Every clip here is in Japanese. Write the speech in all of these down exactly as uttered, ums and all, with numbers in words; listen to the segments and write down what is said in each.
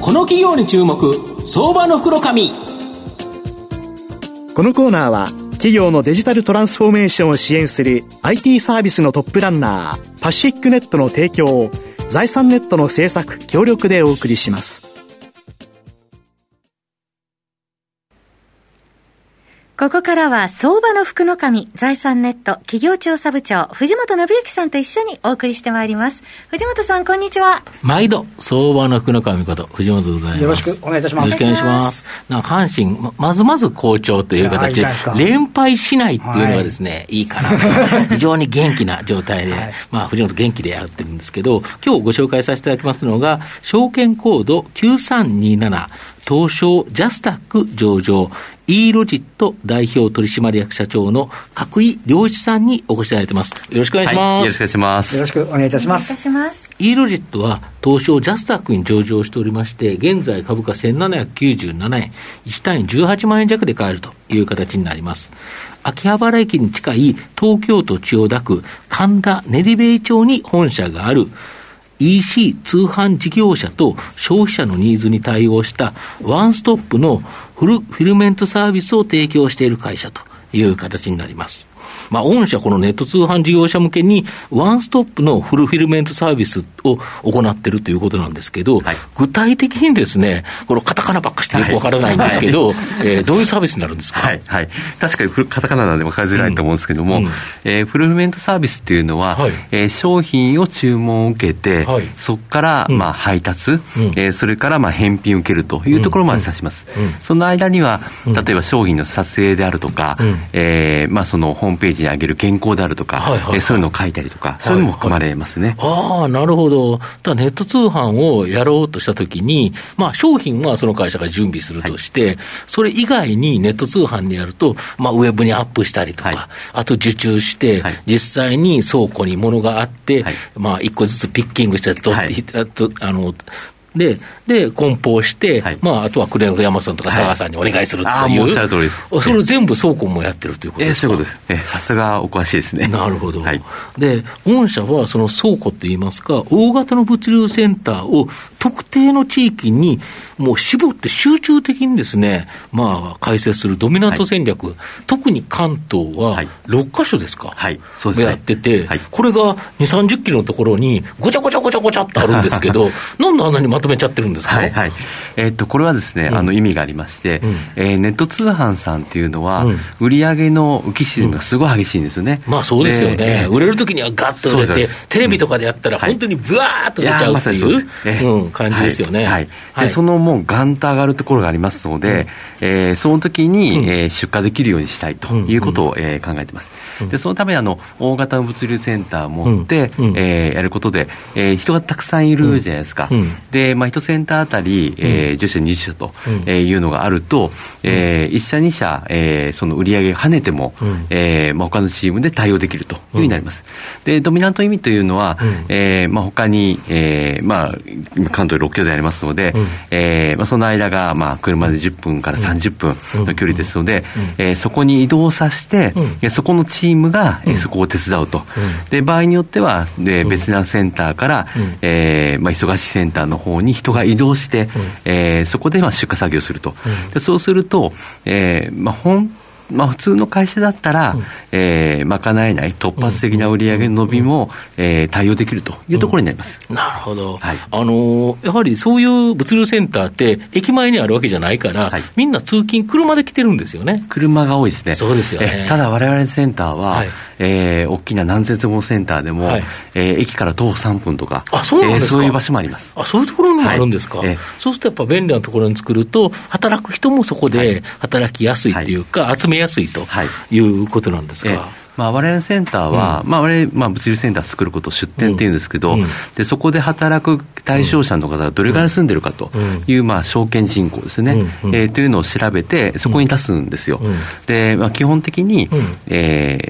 この企業に注目、相場の袋紙。 このコーナーは企業のデジタルトランスフォーメーションを支援する アイティー サービスのトップランナーパシフィックネットの提供を財産ネットの制作協力でお送りします。 ここからは相場の福の神、財産ネット企業調査部長藤本信之さんと一緒にお送りしてまいります。藤本さん、こんにちは。 毎度相場の福の神こと藤本でございます。 よろしくお願いいたします。 よろしくお願いします。なんか阪神 ま, まずまず好調という形で連敗しないっていうのがですね、はい、いいかなと非常に元気な状態で、はい、まあ藤本元気でやってるんですけど、今日ご紹介させていただきますのが証券コードきゅうさんになな東証ジャスタック上場イーロジット代表取締役社長の角井良一さんにお越しいただいてます。よろしくお願いします。 はい、よろしくお願いします。 よろしくお願いいたします。 お願いいたします。 イーロジットは東証ジャスタックに上場しておりまして、現在株価せんななひゃくきゅうじゅうななえん、いち単位じゅうはちまんえん弱で買えるという形になります。秋葉原駅に近い東京都千代田区神田練馬町に本社があるイーシー 通販事業者と消費者のニーズに対応したワンストップのフルフィルメントサービスを提供している会社という形になります。まあ、御社このネット通販事業者向けにワンストップのフルフィルメントサービスを行っているということなんですけど、はい、具体的にですね、このカタカナばっかしてよくわからないんですけど、はい、えー、どういうサービスになるんですか？ はいはい、確かにカタカナなんで分かりづらいと思うんですけども、うんうん、えー、フルフィルメントサービスっていうのは、はい、えー、商品を注文を受けて、はい、そこから、まあ、配達、うん、えー、それからまあ返品を受けるというところまで指します、うんうん、その間には例えば商品の撮影であるとか、うん、えーまあ、そのホームページに上げる原稿であるとか、はいはいはい、えー、そういうのを書いたりとか、そういうのも含まれますね。 はいはい、ああ、なるほど。ただネット通販をやろうとしたときに、まあ、商品はその会社が準備するとして、はい、それ以外にネット通販でやると、まあ、ウェブにアップしたりとか、はい、あと受注して、はい、実際に倉庫に物があって、はい、まあ、一個ずつピッキングして取って、はい、あので、で、梱包して、はい、まあ、あとはクレーンの山さんとか佐賀さんにお願いするという、はい、あ、 もうおっしゃる通りです。 それ全部倉庫もやってるということですか？ えー、そういうことです。えー、さすがお詳しいですね。 なるほど。 はい、 で、御社はその倉庫といいますか、大型の物流センターを特定の地域にもう絞って集中的にですね、まあ、開設するドミナント戦略、はい、特に関東はろっかしょですか、 はい、そうですね、 やってて、 はい、 これがに、さんじゅっキロのところにごちゃごちゃごちゃごちゃってあるんですけど、なんであんなにまとめちゃってるんですか？ はいはい、えー、っとこれはですね、うん、あの意味がありまして、うん、えー、ネット通販さんっていうのは、うん、売上の浮き沈みがすごい激しいんですよね、 うん、まあそうですよね、売れるときにはガッと売れて、テレビとかでやったら本当にブワーッと出ちゃうっていう、はい、えーうん、感じですよね、 はいはいはい、でそのもうガンと上がるところがありますので、うん、えー、その時に、うん、えー、出荷できるようにしたいということを、うん、えー、考えています。でそのためにあの大型の物流センターを持って、うん、えー、やることで、えー、人がたくさんいるじゃないですか、うん、で、まあ、いちセンターあたり、えー、じゅっしゃにじゅっしゃと、うん、えー、いうのがあると、えー、いっしゃにしゃ、えー、その売り上げが跳ねても、うん、えーまあ、他のチームで対応できるというふうになります、うん、でドミナント意味というのは、うん、えーまあ、他に、えーまあ、関東でろっキロでありますので、うん、えーまあ、その間が、まあ、車でじゅっぷんからさんじゅっぷんの距離ですので、うん、えー、そこに移動させて、うん、そこのチームが、うん、そこを手伝うと、うん、で場合によってはで別なセンターから、うん、えーまあ、忙しいセンターの方に人が移動して、うん、えー、そこでまあ出荷作業すると、うん、でそうすると、えーまあ、本まあ、普通の会社だったら、うん、えー、賄えない突発的な売上の伸びも、うん、えー、対応できるというところになります、 うん、なるほど、はい、あのー、やはりそういう物流センターって駅前にあるわけじゃないから、はい、みんな通勤車で来てるんですよね。 車が多いですね。 そうですよね。 えただ我々のセンターは、はい、えー、大きな何千坪センターでも、はい、えー、駅から徒歩さんぷんとか、 あ、そうなんですか、 えー、そういう場所もあります。 あ、そういうところにもあるんですか、はい、えー、そうするとやっぱ便利なところに作ると働く人もそこで働きやすいっていうか、はい、集めやすいということなんですか、はい、えーまあ、我々のセンターは、うん、まあ、我々、まあ、物流センター作ることを出店っていうんですけど、うんうん、でそこで働く対象者の方がどれぐらい住んでるかという、うん、まあ、証券人口ですね、うんうん、えー、というのを調べてそこに出すんですよ、うん、で、まあ、基本的に、うん、えー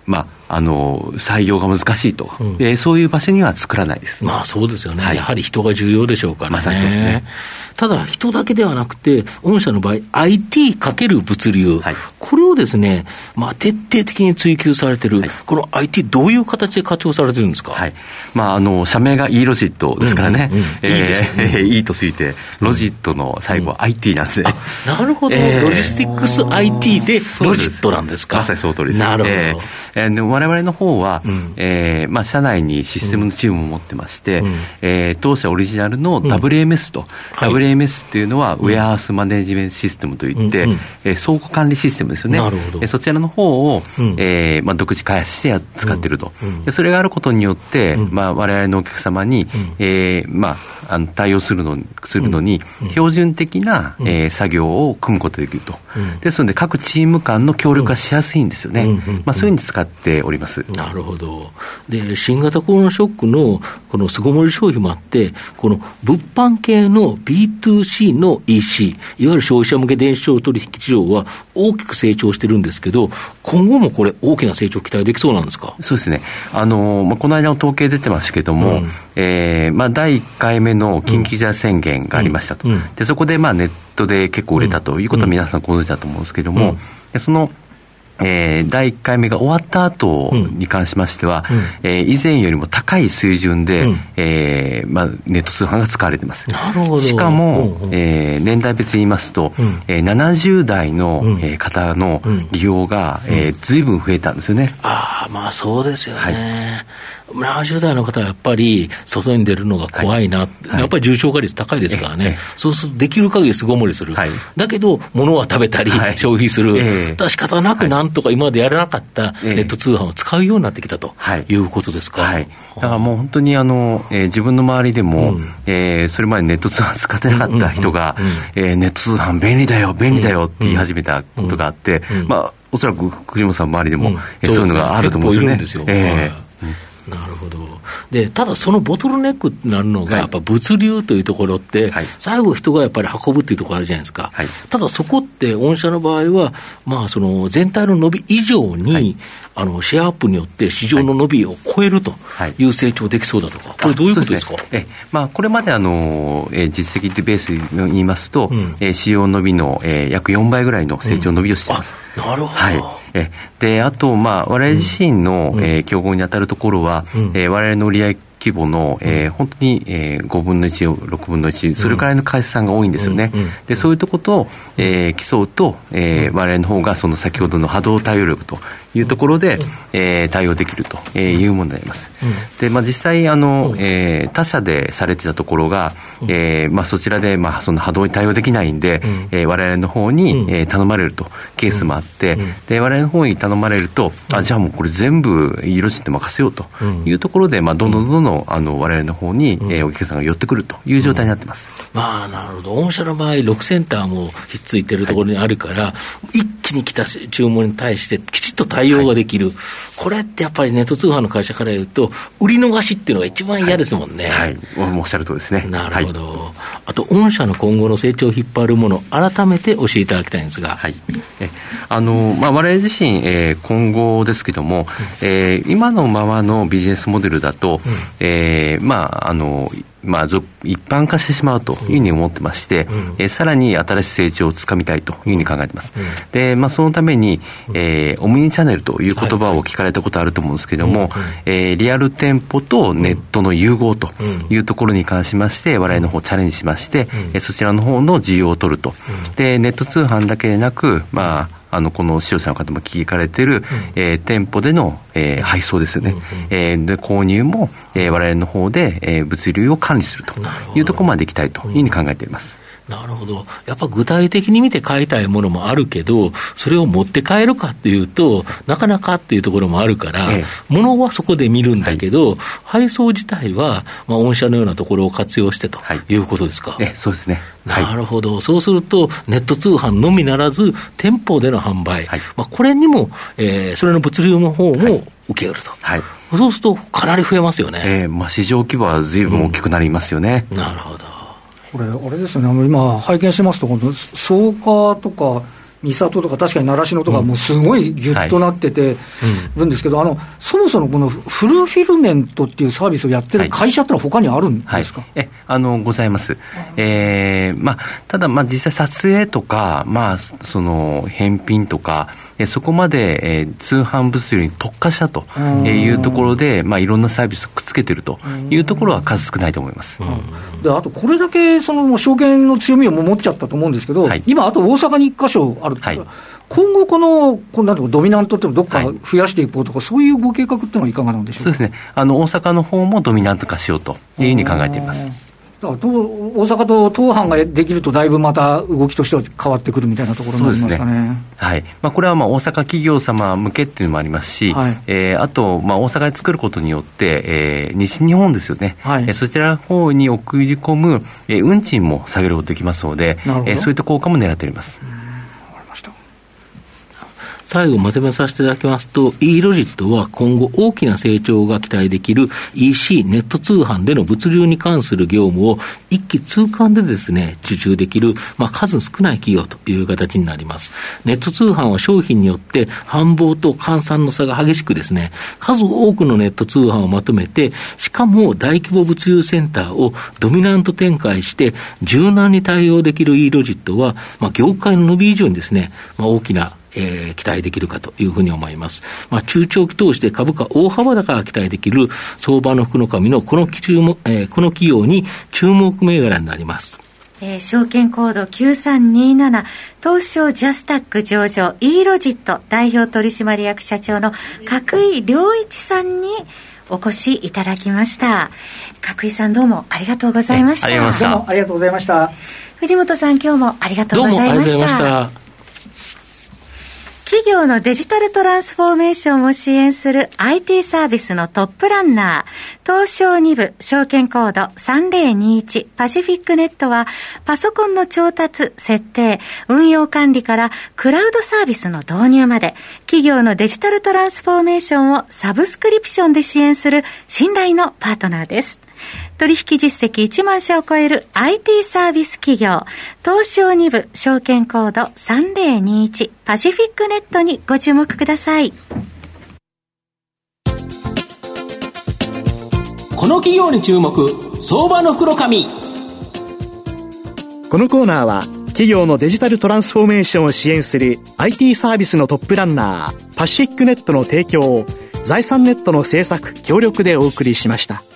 まああの採用が難しいと、うん、でそういう場所には作らないです。 まあそうですよね、はい、やはり人が重要でしょうからね。まさにそうですね。ただ人だけではなくて御社の場合 アイティー かける物流、はい、これをですね、まあ、徹底的に追求されている、はい、この アイティー どういう形で活用されてるんですか。 はい、まあ、あの社名が e ロジットですからね、うんうんうん、えー、いいですね、いいとついてロジットの最後は アイティー なんですね、 うん、なるほど、えー、ロジスティックス アイティー でロジットなんですか。 まさにその通りです。 なるほど、 えー、で我々の方は、うんえーまあ、社内にシステムのチームを持ってまして、うんえー、当社オリジナルの ダブリューエムエス と、うんはい、ダブリューエムエス っていうのはウェアハウスマネジメントシステムといって、うんうんえー、倉庫管理システムですよね。 なるほど。 そちらの方を、うんえーまあ、独自開発して使っていると、うんうん、でそれがあることによって、うんまあ、我々のお客様に、うんえーまあ、あの対応するのするのに、うん、標準的な、うんえー、作業を組むことができると、うん、ですので各チーム間の協力がしやすいんですよね、うんうんうんまあ、そういうふうに使っております。 なるほど。で新型コロナショックのこの巣ごもり消費もあってこの物販系の ビーツーシー の イーシー いわゆる消費者向け電子商取引市場は大きく成長してるんですけど今後もこれ大きな成長期待できそうなんですか。 そうですね、あの、まあ、この間の統計出てましたけども、うんえーまあ、だいいっかいめの緊急事態宣言がありましたと、うんうん、でそこでまあネットで結構売れたということは皆さんご存知だと思うんですけども、うん、でそのえー、だいいっかいめが終わった後に関しましては、うんえー、以前よりも高い水準で、うんえーまあ、ネット通販が使われています。 なるほど。 しかも、うんうんえー、年代別に言いますと、うんえー、ななじゅう代の、うんえー、方の利用が、うんえー、随分増えたんですよね。 ああ、まあそうですよね。はいななじゅう代の方はやっぱり外に出るのが怖いな、はいはい、やっぱり重症化率高いですからね、ええ、そうするとできる限り巣ごもりする、はい、だけど物は食べたり、はい、消費する、ええ、だから仕方なくなんとか今までやらなかったネット通販を使うようになってきたということですか、はいはい、 だからもう本当にあの、えー、自分の周りでも、うんえー、それまでネット通販使ってなかった人が、うんうんうんえー、ネット通販便利だよ便利だよって言い始めたことがあって、うんうんうんまあ、おそらく藤本さんの周りでも、うん、そういうのがあると思うんですよね。 結構いるんですよ、えーなるほど。でただそのボトルネックになるのがやっぱ物流というところって、はい、最後人がやっぱり運ぶっていうところあるじゃないですか、はい、ただそこって御社の場合は、まあ、その全体の伸び以上に、はい、あのシェアアップによって市場の伸びを超えるという成長できそうだとか、これどういうことですか。 ですね、え、まあ、これまであの、え実績ってベースに言いますと、うんえ市場伸びの、え約よんばいぐらいの成長伸びをしています、 うん、なるほど、 はいえであと、まあ、我々自身の、うんえー、競合に当たるところは、うんえー、我々の売上規模の、えー、本当に、えー、ごぶんのいち、ろくぶんのいち、それくらいの会社さんが多いんですよね、うんうん、でそういうところと、えー、競うと、えー、我々の方がその先ほどの波動対応力というところで、えー、対応できるというものになります、うんでまあ、実際あの、えー、他社でされてたところが、えーまあ、そちらで、まあ、その波動に対応できないんで、うんえー、我々の方に、えー、頼まれるとケースもあって、うん、で我々の方に頼まれると、うん、あじゃあもうこれ全部イーロジット任せようというところで、まあ、どんどんどんどんあの我々の方に、うんえー、お客さんが寄ってくるという状態になってます、 うん、まあなるほど。御社の場合ろくセンターもひっついてるところにあるから、はい、一気に来た注文に対してきちっと対応ができる、はい、これってやっぱりネット通販の会社から言うと売り逃しっていうのが一番嫌ですもんね。 はい、はい、おっしゃるとおりですね。 なるほど、はい、あと御社の今後の成長を引っ張るもの改めて教えていただきたいんですが、 はいえあのまあ、我々自身、えー、今後ですけども、うんえー、今のままのビジネスモデルだと、うんえー、まああのまあ、一般化してしまうというふうに思ってまして、うんえー、さらに新しい成長をつかみたいというふうに考えています、うんでまあ、そのために、えー、オムニチャンネルという言葉を聞かれたことあると思うんですけれども、はいはいえー、リアル店舗とネットの融合というところに関しまして我々の方チャレンジしまして、うん、そちらの方の需要を取ると、うん、でネット通販だけでなく、まああのこの視聴者の方も聞かれている、うんえー、店舗での、えー、配送ですよね、うんうんえー、で購入も、えー、我々の方で、えー、物流を管理するというところまでいきたいというふうに考えています。 なるほど。やっぱ具体的に見て買いたいものもあるけどそれを持って帰るかっていうとなかなかっていうところもあるから、ええ、物はそこで見るんだけど、はい、配送自体は、まあ、御社のようなところを活用してということですか。 はいええ、そうですね。 なるほど、はい、そうするとネット通販のみならず店舗での販売、はいまあ、これにも、えー、それの物流の方も受けると、はいはい、そうするとかなり増えますよね。 えーまあ、市場規模は随分大きくなりますよね、 うん、なるほど。 これあれですよね、あの今拝見しますと今度倉庫とか三郷とか確かに習志野とかもうすごいギュッとなっててるんですけど、あのそもそもこのフルフィルメントっていうサービスをやってる会社ってのは他にあるんですか？ はいはい、えあのございます。えーまあ、ただ、まあ、実際撮影とか、まあ、その返品とかえそこまで、えー、通販物流に特化したというところで、まあ、いろんなサービスをくっつけているというところは数少ないと思います。 であとこれだけその証券の強みを持っちゃったと思うんですけど、はい、今あと大阪にいっかしょある、はい、今後この、このなんていうかドミナントっていうのをどっか増やしていこうとか、はい、そういうご計画っていうのはいかがなんでしょうか？ そうですね、あの大阪の方もドミナント化しようというふうに考えています。 だから大阪と当販ができるとだいぶまた動きとしては変わってくるみたいなところになりますかね。 そうですね、はいまあ、これはまあ大阪企業様向けっていうのもありますし、はい、えー、あとまあ大阪で作ることによって、えー、西日本ですよね、はい、えー、そちらの方に送り込む、えー、運賃も下げることができますので、えー、そういった効果も狙っております。 最後まとめさせていただきますと、e ロジットは今後大きな成長が期待できる イーシー ネット通販での物流に関する業務を一気通貫でですね、受注できる、まあ、数少ない企業という形になります。ネット通販は商品によって販売と換算の差が激しくですね、数多くのネット通販をまとめて、しかも大規模物流センターをドミナント展開して柔軟に対応できる e ロジットは、まあ、業界の伸び以上にですね、まあ、大きなえー、期待できるかというふうに思います。まあ、中長期投資で株価大幅高が期待できる相場の福の神のこの、えー、この企業に注目銘柄になります。 えー、証券コードきゅうさんにーなな東証ジャスタック上場 e ロジット代表取締役社長の角井良一さんにお越しいただきました。角井さん、どうもありがとうございました。 どうもありがとうございました。 藤本さん、今日もありがとうございました。どうもありがとうございました。企業のデジタルトランスフォーメーションを支援する アイティー サービスのトップランナー、東証に部証券コードさんぜろにいちパシフィックネットは、パソコンの調達、設定、運用管理からクラウドサービスの導入まで、企業のデジタルトランスフォーメーションをサブスクリプションで支援する信頼のパートナーです。取引実績いちまんしゃを超える アイティー サービス企業、東証に部証券コードさんぜろにいちパシフィックネットにご注目ください。 この企業に注目、相場の福の神。 このコーナーは企業のデジタルトランスフォーメーションを支援する アイティー サービスのトップランナーパシフィックネットの提供を財産ネットの制作協力でお送りしました。